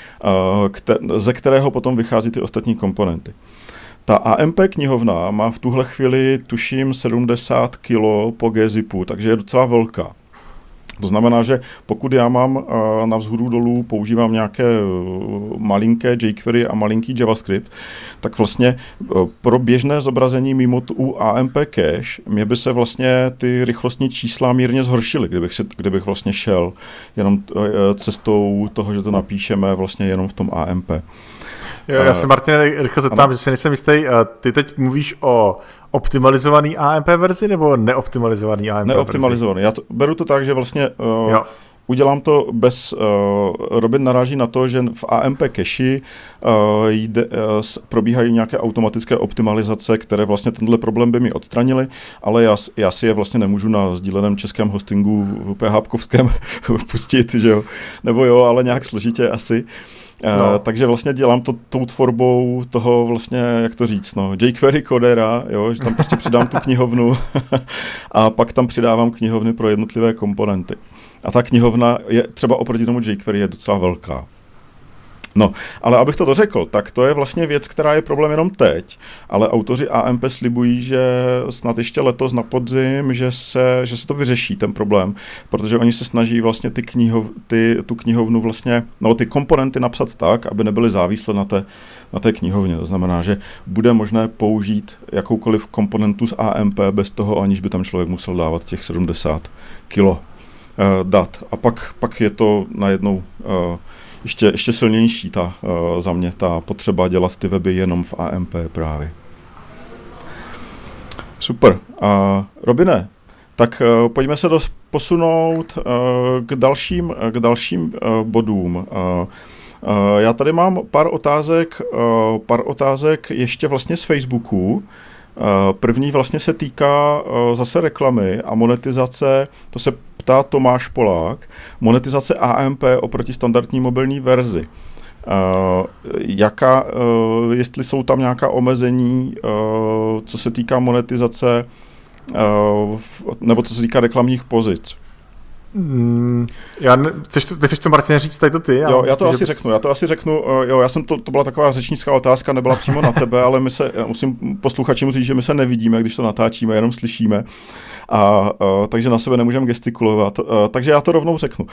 ze kterého potom vychází ty ostatní komponenty. Ta AMP knihovna má v tuhle chvíli, tuším, 70 kg po gzipu, takže je docela velká. To znamená, že pokud já mám navzhůru dolů, používám nějaké malinké jQuery a malinký JavaScript, tak vlastně pro běžné zobrazení mimo tu AMP cache mě by se vlastně ty rychlostní čísla mírně zhoršily, kdybych vlastně šel jenom cestou toho, že to napíšeme vlastně jenom v tom AMP. Já se, Martine, rychle zeptám, že si nejsem jistý, ty teď mluvíš o optimalizovaný AMP verzi nebo neoptimalizovaný AMP verzi? Neoptimalizovaný. Beru to tak, že vlastně udělám to bez... Robin naráží na to, že v AMP cache probíhají nějaké automatické optimalizace, které vlastně tenhle problém by mi odstranily, ale já si je vlastně nemůžu na sdíleném českém hostingu v PHPkovském pustit, že jo? Nebo jo, ale nějak složitě asi. Takže vlastně dělám to tou tvorbou toho vlastně, jak to říct, jQuery codera, jo, že tam prostě přidám tu knihovnu a pak tam přidávám knihovny pro jednotlivé komponenty. A ta knihovna je třeba oproti tomu jQuery je docela velká. No, ale abych to dořekl, tak to je vlastně věc, která je problém jenom teď, ale autoři AMP slibují, že snad ještě letos na podzim, že se to vyřeší ten problém, protože oni se snaží vlastně tu knihovnu vlastně, ty komponenty napsat tak, aby nebyly závislé na té knihovně. To znamená, že bude možné použít jakoukoliv komponentu z AMP bez toho, aniž by tam člověk musel dávat těch 70 kilo dat. A pak je to najednou ještě silnější za mě ta potřeba dělat ty weby jenom v AMP právě. Super. Robine, tak pojďme se posunout k dalším bodům. Já tady mám pár otázek ještě vlastně z Facebooku. První vlastně se týká zase reklamy a monetizace, to se ptá Tomáš Polák, monetizace AMP oproti standardní mobilní verzi. Jestli jsou tam nějaká omezení, co se týká monetizace, nebo co se týká reklamních pozic? Chceš to, Martine, říct tady to ty? Já to asi řeknu. To byla taková řečnická otázka, nebyla přímo na tebe, ale musím posluchačům říct, že my se nevidíme, když to natáčíme, jenom slyšíme. Takže na sebe nemůžeme gestikulovat. Takže já to rovnou řeknu.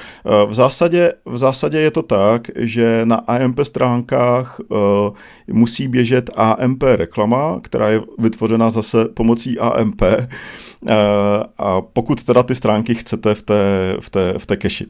V zásadě je to tak, že na AMP stránkách musí běžet AMP reklama, která je vytvořena zase pomocí AMP. A pokud teda ty stránky chcete v té cache.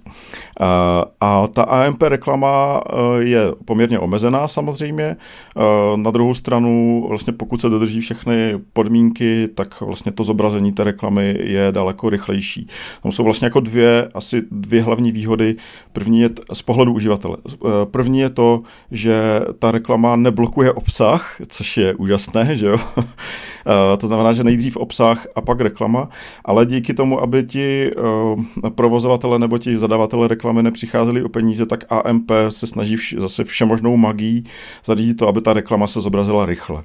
A ta AMP reklama je poměrně omezená samozřejmě. Na druhou stranu, vlastně pokud se dodrží všechny podmínky, tak vlastně to zobrazení té reklamy je daleko rychlejší. Tam jsou vlastně jako asi dvě hlavní výhody. První je z pohledu uživatele. První je to, že ta reklama neblokuje obsah, což je úžasné, že jo? To znamená, že nejdřív obsah a pak reklama, ale díky tomu, aby ti provozovatele nebo ti zadavatelé reklamy nepřicházeli o peníze, tak AMP se snaží zase všemožnou magií zařídit to, aby ta reklama se zobrazila rychle.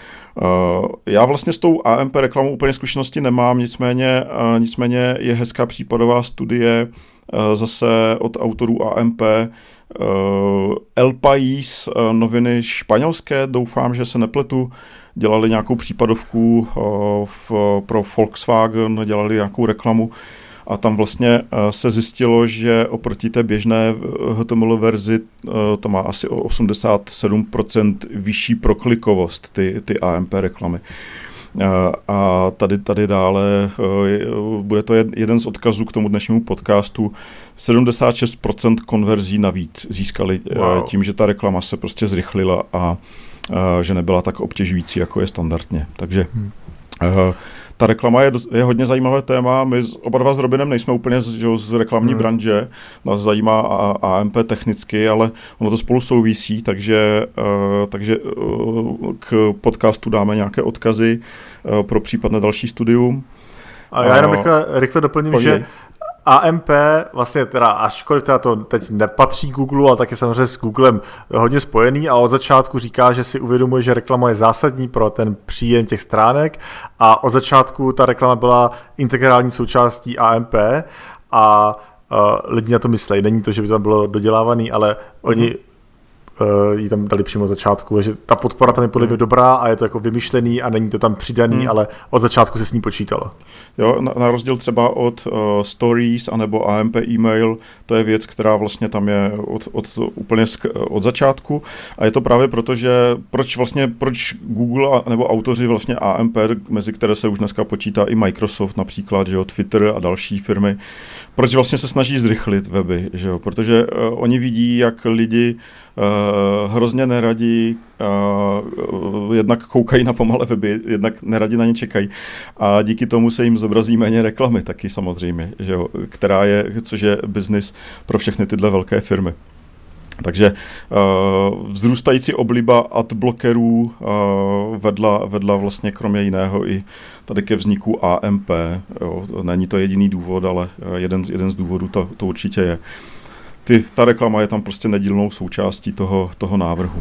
Já vlastně s tou AMP reklamou úplně zkušenosti nemám, nicméně je hezká případová studie zase od autorů AMP, El País, noviny španělské, doufám, že se nepletu, dělali nějakou případovku pro Volkswagen, dělali nějakou reklamu a tam vlastně se zjistilo, že oproti té běžné HTML verzi to má asi o 87% vyšší proklikovost ty AMP reklamy. A tady dále bude to jeden z odkazů k tomu dnešnímu podcastu. 76% konverzí navíc získali tím, že ta reklama se prostě zrychlila a že nebyla tak obtěžující, jako je standardně. Takže ta reklama je hodně zajímavé téma. My oba dva s Robinem nejsme úplně z reklamní branže. Nás zajímá AMP technicky, ale ono to spolu souvisí, takže k podcastu dáme nějaké odkazy pro případné další studium. A já jenom rychle doplním, že AMP vlastně teda, ačkoliv teda to teď nepatří Google, ale tak je samozřejmě s Googlem hodně spojený a od začátku říká, že si uvědomuje, že reklama je zásadní pro ten příjem těch stránek a od začátku ta reklama byla integrální součástí AMP a lidi na to myslejí. Není to, že by tam bylo dodělávaný, ale oni ji tam dali přímo od začátku, takže ta podpora tam je podle mě dobrá a je to jako vymyšlený a není to tam přidaný, ale od začátku se s ní počítalo. Jo, na rozdíl třeba od Stories anebo AMP e-mail, to je věc, která vlastně tam je úplně od začátku a je to právě proto, že proč Google nebo autoři vlastně AMP, mezi které se už dneska počítá i Microsoft například, že jo, Twitter a další firmy, proč vlastně se snaží zrychlit weby, že jo, protože oni vidí, jak lidi hrozně neradi jednak koukají na pomalé weby, jednak neradi na ně čekají a díky tomu se jim zobrazí méně reklamy taky samozřejmě, že jo, což je biznis pro všechny tyhle velké firmy. Takže vzrůstající obliba adblockerů vedla vlastně kromě jiného i tady ke vzniku AMP. Jo. Není to jediný důvod, ale jeden z důvodů to určitě je. Ta reklama je tam prostě nedílnou součástí toho návrhu.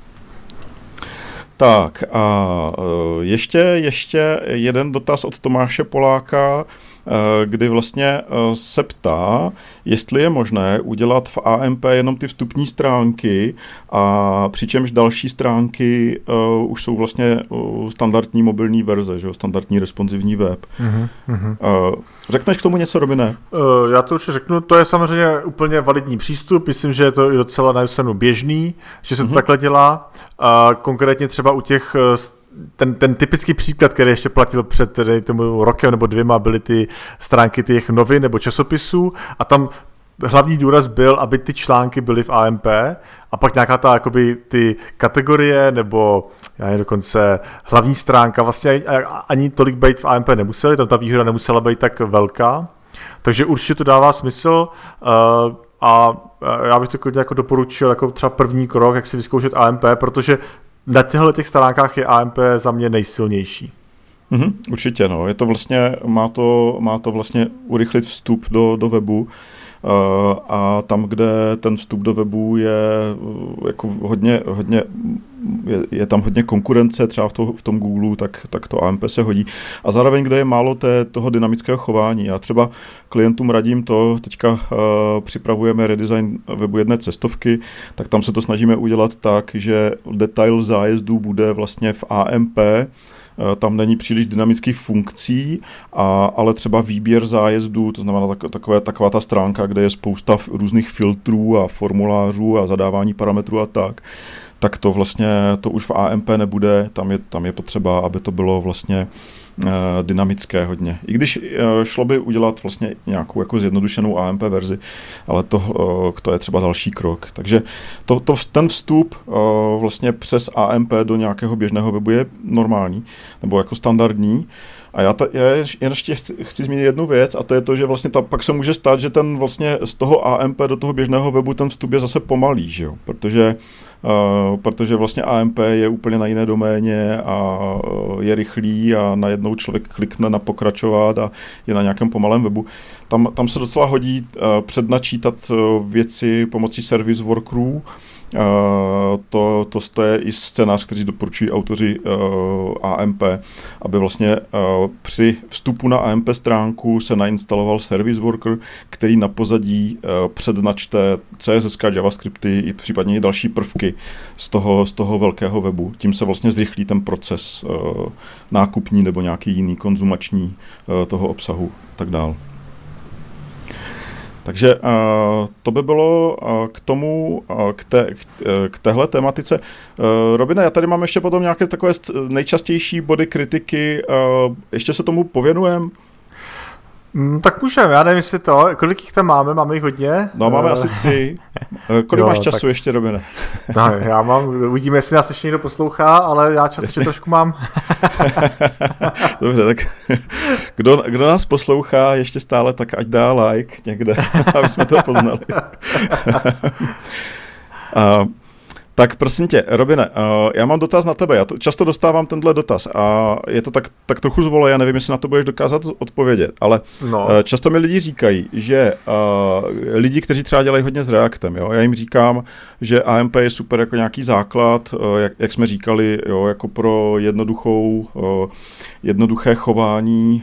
Tak a ještě jeden dotaz od Tomáše Poláka, kdy vlastně se ptá, jestli je možné udělat v AMP jenom ty vstupní stránky a přičemž další stránky už jsou vlastně standardní mobilní verze, že jo, standardní responsivní web. Řekneš k tomu něco, Robine? Já to už řeknu, to je samozřejmě úplně validní přístup, myslím, že je to i docela na stranu běžný, že se to takhle dělá. Konkrétně třeba u těch ten typický příklad, který ještě platil před tomu rokem nebo 2, byly ty stránky těch novin nebo časopisů a tam hlavní důraz byl, aby ty články byly v AMP a pak nějaká ta jakoby ty kategorie nebo dokonce hlavní stránka vlastně ani tolik být v AMP nemuseli, tam ta výhoda nemusela být tak velká, takže určitě to dává smysl a já bych to klidně jako doporučil jako třeba první krok, jak si vyzkoušet AMP, protože na těchto těch stránkách je AMP za mě nejsilnější. Určitě, no. Je to vlastně, má to vlastně urychlit vstup do webu, a tam, kde ten vstup do webu je jako je tam hodně konkurence, třeba v tom Google, tak to AMP se hodí. A zároveň, kde je málo toho dynamického chování. Já třeba klientům radím to, teďka připravujeme redesign webu jedné cestovky, tak tam se to snažíme udělat tak, že detail zájezdů bude vlastně v AMP, tam není příliš dynamických funkcí, ale třeba výběr zájezdů, to znamená taková ta stránka, kde je spousta různých filtrů a formulářů a zadávání parametrů a tak to vlastně to už v AMP nebude, tam je potřeba, aby to bylo vlastně dynamické hodně. I když šlo by udělat vlastně nějakou jako zjednodušenou AMP verzi, ale to je třeba další krok. Takže ten vstup vlastně přes AMP do nějakého běžného webu je normální, nebo jako standardní. A já ještě chci zmínit jednu věc, a to je to, že vlastně pak se může stát, že ten vlastně z toho AMP do toho běžného webu ten vstup je zase pomalý, že jo? Protože vlastně AMP je úplně na jiné doméně a je rychlý a najednou člověk klikne na pokračovat a je na nějakém pomalém webu. Tam se docela hodí přednačítat věci pomocí service workerů. To je i scénář, který doporučují autoři AMP, aby vlastně při vstupu na AMP stránku se nainstaloval service worker, který na pozadí přednačte CSS, JavaScripty i případně i další prvky z toho velkého webu. Tím se vlastně zrychlí ten proces nákupní nebo nějaký jiný konzumační toho obsahu tak dál. Takže to by bylo k tomu, k téhle tematice. Robine, já tady mám ještě potom nějaké takové nejčastější body kritiky. Ještě se tomu pověnujeme? Tak můžeme, já nevím, jestli kolik jich tam máme jich hodně? No, máme asi 3. Kolik máš času ještě, Robine? No, já uvidíme, jestli nás ještě někdo poslouchá, ale já čas ještě trošku mám. Dobře, tak kdo nás poslouchá ještě stále, tak ať dá like někde, aby jsme to poznali. Tak prosím tě, Robine, já mám dotaz na tebe. Já často dostávám tenhle dotaz a je to tak trochu zvolé, já nevím, jestli na to budeš dokázat odpovědět, ale často mi lidi říkají, že lidi, kteří třeba dělají hodně s Reactem, jo, já jim říkám, že AMP je super jako nějaký základ, jak jsme říkali, jo, jako pro jednoduché chování,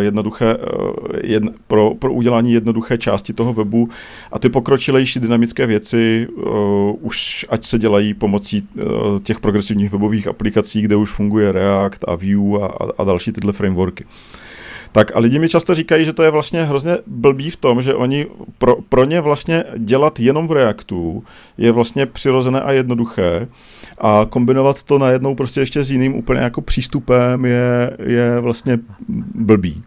pro udělání jednoduché části toho webu a ty pokročilejší dynamické věci už ať se dělají pomocí těch progresivních webových aplikací, kde už funguje React a Vue a další tyhle frameworky. Tak a lidi mi často říkají, že to je vlastně hrozně blbý v tom, že oni pro ně vlastně dělat jenom v Reactu je vlastně přirozené a jednoduché a kombinovat to najednou prostě ještě s jiným úplně jako přístupem je vlastně blbý.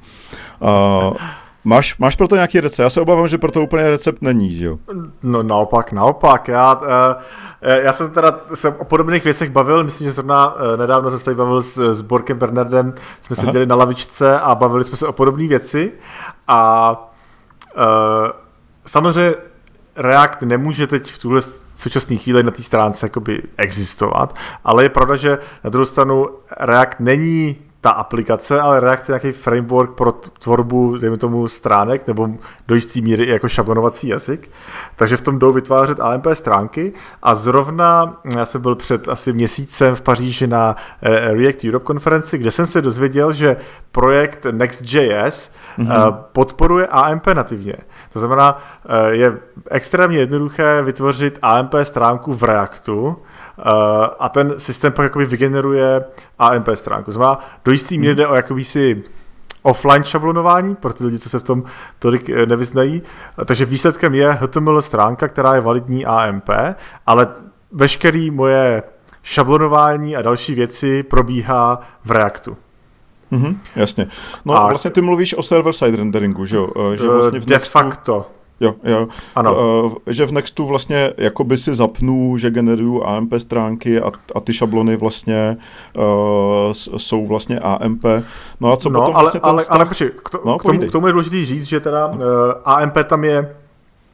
Máš pro to nějaký recept? Já se obávám, že pro to úplně recept není, že jo? No naopak. Já jsem o podobných věcech bavil, myslím, že zrovna nedávno jsem se tady bavil s Borkem Bernardem, jsme seděli na lavičce a bavili jsme se o podobné věci a samozřejmě React nemůže teď v tuhle současné chvíli na té stránce jakoby existovat, ale je pravda, že na druhou stranu React není ta aplikace, ale React je nějaký framework pro tvorbu, dejme tomu, stránek, nebo do jistý míry i jako šablonovací jazyk. Takže v tom jdou vytvářet AMP stránky a zrovna já jsem byl před asi měsícem v Paříži na React Europe konferenci, kde jsem se dozvěděl, že projekt Next.js podporuje AMP nativně. To znamená, je extrémně jednoduché vytvořit AMP stránku v Reactu, a ten systém pak jakoby vygeneruje AMP stránku. Znamená, do jistý míry jde o jakýsi offline šablonování, pro ty lidi, co se v tom tolik nevyznají. Takže výsledkem je HTML stránka, která je validní AMP, ale veškerý moje šablonování a další věci probíhá v Reactu. Jasně. No a vlastně ty mluvíš o server-side renderingu, že jo? Že vlastně de facto. Jo. Ano. Že v Nextu vlastně jakoby si zapnu, že generuju AMP stránky a ty šablony vlastně jsou vlastně AMP. No a co potom vlastně ten ale počkej, k tomu je důležitý říct, že teda AMP tam je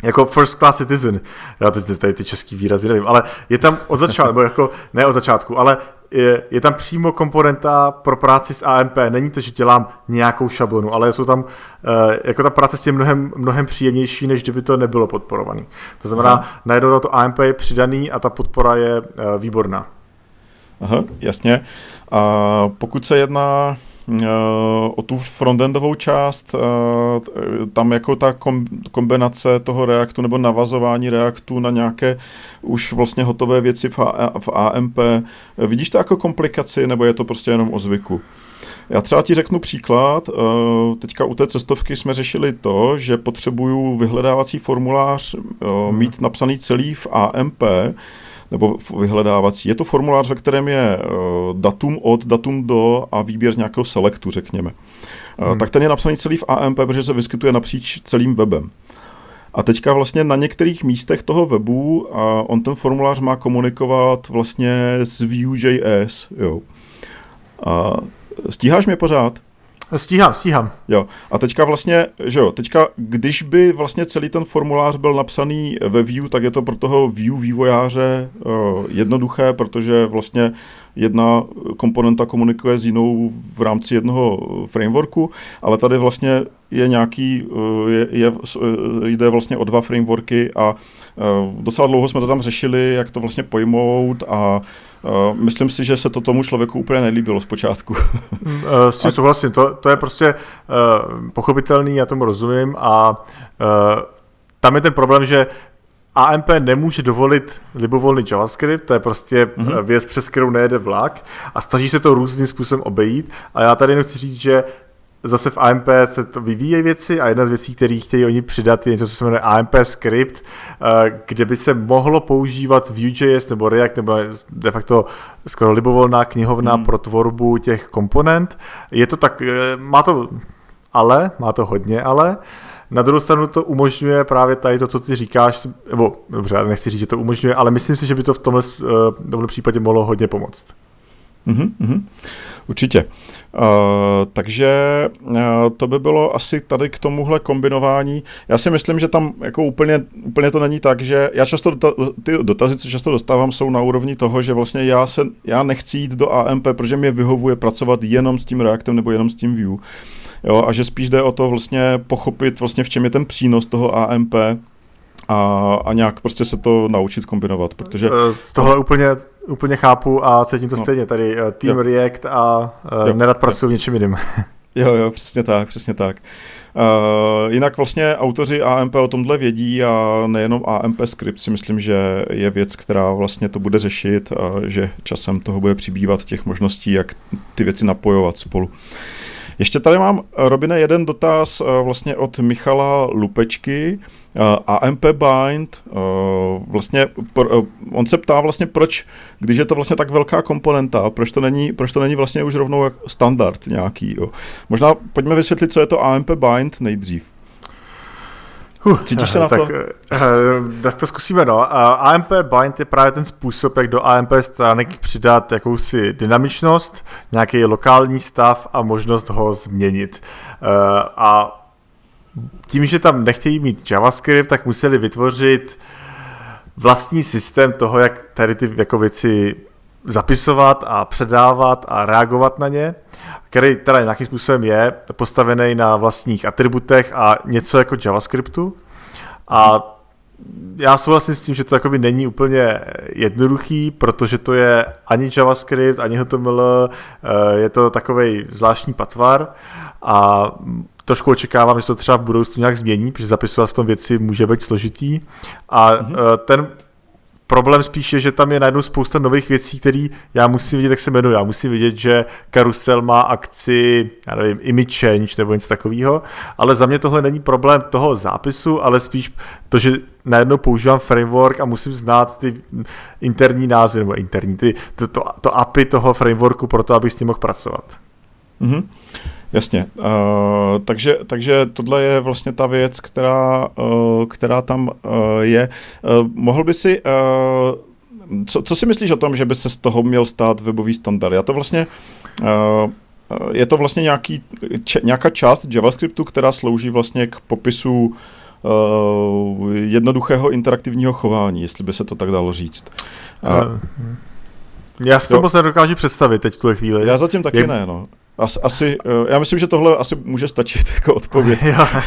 jako first class citizen, já tady ty český výrazy nevím, ale je tam od začátku, nebo jako ne od začátku, ale je tam přímo komponenta pro práci s AMP, není to, že dělám nějakou šablonu, ale jsou tam, jako ta práce s tím mnohem příjemnější, než kdyby to nebylo podporovaný. To znamená, najednou to AMP je přidaný a ta podpora je výborná. Aha, jasně. A pokud se jedná o tu frontendovou část, tam jako ta kombinace toho Reactu nebo navazování Reactu na nějaké už vlastně hotové věci v AMP, vidíš to jako komplikaci, nebo je to prostě jenom o zvyku? Já třeba ti řeknu příklad. Teďka u té cestovky jsme řešili to, že potřebuju vyhledávací formulář mít napsaný celý v AMP, nebo vyhledávací. Je to formulář, ve kterém je datum od, datum do a výběr z nějakého selektu, řekněme. Tak ten je napsaný celý v AMP, protože se vyskytuje napříč celým webem. A teďka vlastně na některých místech toho webu on ten formulář má komunikovat vlastně s Vue.js. Jo. Stíháš mě pořád? Stíhám. Jo. A teďka vlastně, že jo, když by vlastně celý ten formulář byl napsaný ve Vue, tak je to pro toho Vue vývojáře jednoduché, protože vlastně jedna komponenta komunikuje s jinou v rámci jednoho frameworku, ale tady vlastně je nějaký, jde vlastně o dva frameworky a docela dlouho jsme to tam řešili, jak to vlastně pojmout a myslím si, že se to tomu člověku úplně nelíbilo zpočátku. S tím souhlasím, to je prostě pochopitelný, já tomu rozumím a tam je ten problém, že AMP nemůže dovolit libovolný JavaScript, to je prostě věc, přes kterou nejede vlak a snaží se to různým způsobem obejít a já tady chci říct, že zase v AMP se to vyvíjejí věci a jedna z věcí, které chtějí oni přidat, je něco, co se jmenuje AMP script, kde by se mohlo používat Vue.js nebo React, nebo de facto skoro libovolná knihovna pro tvorbu těch komponent. Je to tak, má to hodně ale. Na druhou stranu to umožňuje právě tady to, co ty říkáš, nebo dobře, nechci říct, že to umožňuje, ale myslím si, že by to v tomhle případě mohlo hodně pomoct. Určitě. Takže to by bylo asi tady k tomuhle kombinování. Já si myslím, že tam jako úplně to není tak, že já často ty dotazy, co často dostávám, jsou na úrovni toho, že vlastně já nechci jít do AMP, protože mě vyhovuje pracovat jenom s tím Reactem nebo jenom s tím Vue. Jo, a že spíš jde o to vlastně pochopit vlastně v čem je ten přínos toho AMP a nějak prostě se to naučit kombinovat, protože... Tohle úplně chápu a cítím to stejně, tady Team React a nerad pracuji v něčem jiným. Jo, přesně tak. Jinak vlastně autoři AMP o tomhle vědí a nejenom AMP script si myslím, že je věc, která vlastně to bude řešit a že časem toho bude přibývat těch možností, jak ty věci napojovat spolu. Ještě tady mám, Robine, jeden dotaz vlastně od Michala Lupečky. AMP bind, vlastně on se ptá vlastně proč, když je to vlastně tak velká komponenta, proč to není vlastně už rovnou standard nějaký. Jo. Možná pojďme vysvětlit, co je to AMP bind nejdřív. Cítíš se na to? Tak to zkusíme, no. AMP bind je právě ten způsob, jak do AMP stránek přidat jakousi dynamičnost, nějaký lokální stav a možnost ho změnit. A tím, že tam nechtějí mít JavaScript, tak museli vytvořit vlastní systém toho, jak tady ty jako věci zapisovat a předávat a reagovat na ně, který teda nějakým způsobem je postavený na vlastních atributech a něco jako JavaScriptu. A já souhlasím s tím, že to jakoby není úplně jednoduchý, protože to je ani JavaScript, ani HTML, je to takovej zvláštní patvar a trošku očekávám, že to třeba v budoucnu nějak změní, protože zapisovat v tom věci může být složitý. A ten problém spíš je, že tam je najednou spousta nových věcí, které já musím vidět, jak se jmenují. Já musím vidět, že karusel má akci, já nevím, image change nebo něco takového, ale za mě tohle není problém toho zápisu, ale spíš to, že najednou používám framework a musím znát ty interní názvy, nebo interní, to API toho frameworku pro to, abych s tím mohl pracovat. Jasně, takže tohle je vlastně ta věc, která tam je. Mohl by si, co si myslíš o tom, že by se z toho měl stát webový standard? Je to vlastně nějaká část JavaScriptu, která slouží vlastně k popisu jednoduchého interaktivního chování, jestli by se to tak dalo říct. Já si to moc nedokážu představit teď v tuhle chvíli. Já zatím taky ne, no. Já myslím, že tohle asi může stačit jako odpověď.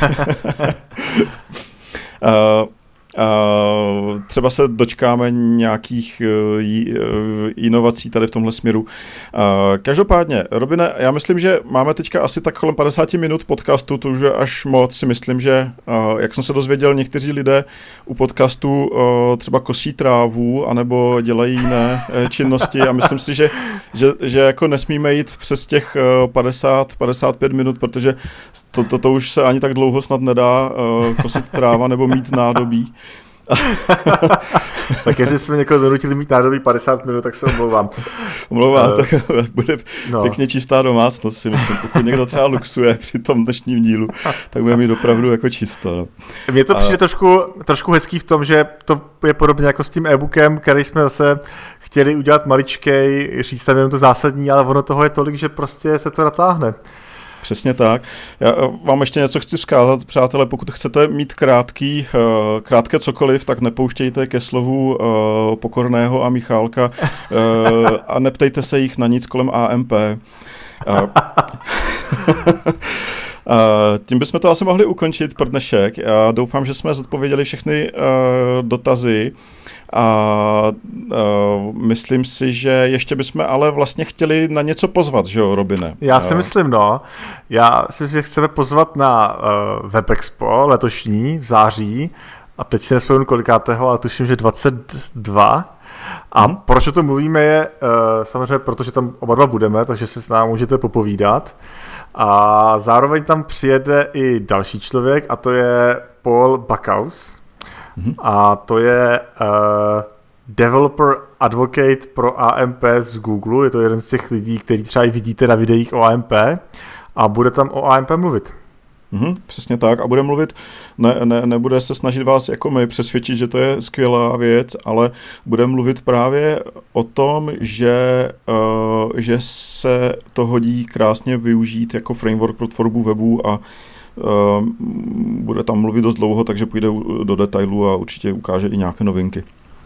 Třeba se dočkáme nějakých inovací tady v tomhle směru. Každopádně, Robine, já myslím, že máme teďka asi tak kolem 50 minut podcastu, to už je až moc, si myslím, že jak jsem se dozvěděl, někteří lidé u podcastu třeba kosí trávu, anebo dělají jiné činnosti a myslím si, že jako nesmíme jít přes těch 50-55 minut, protože to už se ani tak dlouho snad nedá kosit tráva nebo mít nádobí. Tak jestli jsme někoho donutili mít nádobí 50 minut, tak se omlouvám. Tak bude pěkně čistá domácnost, si myslím. Pokud někdo třeba luxuje při tom dnešním dílu, tak bude mít opravdu jako čisto. No. Mně to přijde trošku hezký v tom, že to je podobně jako s tím e-bookem, který jsme zase chtěli udělat maličkej, říct tam jenom to zásadní, ale ono toho je tolik, že prostě se to natáhne. Přesně tak. Já vám ještě něco chci vzkázat, přátelé, pokud chcete mít krátké cokoliv, tak nepouštějte ke slovu Pokorného a Michálka a neptejte se jich na nic kolem AMP. Tím bychom to asi mohli ukončit pro dnešek. Já doufám, že jsme zodpověděli všechny dotazy a myslím si, že ještě bychom ale vlastně chtěli na něco pozvat, že jo, Robine? Já si myslím, že chceme pozvat na WebExpo letošní v září a teď si nespomínám kolikátého, ale tuším, že 22. A proč o tom mluvíme je samozřejmě, protože tam oba dva budeme, takže se s námi můžete popovídat. A zároveň tam přijede i další člověk a to je Paul Backhaus. A to je developer advocate pro AMP z Google. Je to jeden z těch lidí, který třeba i vidíte na videích o AMP a bude tam o AMP mluvit. Přesně tak a bude mluvit, nebude se snažit vás jako my přesvědčit, že to je skvělá věc, ale bude mluvit právě o tom, že se to hodí krásně využít jako framework pro tvorbu webu a bude tam mluvit dost dlouho, takže půjde do detailů a určitě ukáže i nějaké novinky.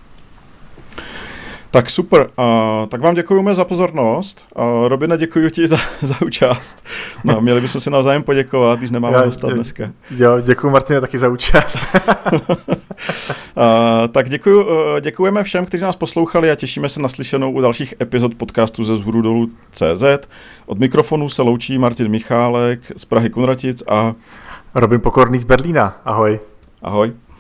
Tak super, tak vám děkujeme za pozornost. Robine, děkuji ti za účast. No, měli bychom si navzájem poděkovat, když nemáme dostat dneska. Jo, děkuji Martine taky za účast. Tak děkujeme všem, kteří nás poslouchali a těšíme se na slyšenou u dalších epizod podcastu ze zhurudolu.cz. Od mikrofonu se loučí Martin Michálek z Prahy Kunratic a Robin Pokorný z Berlína. Ahoj. Ahoj.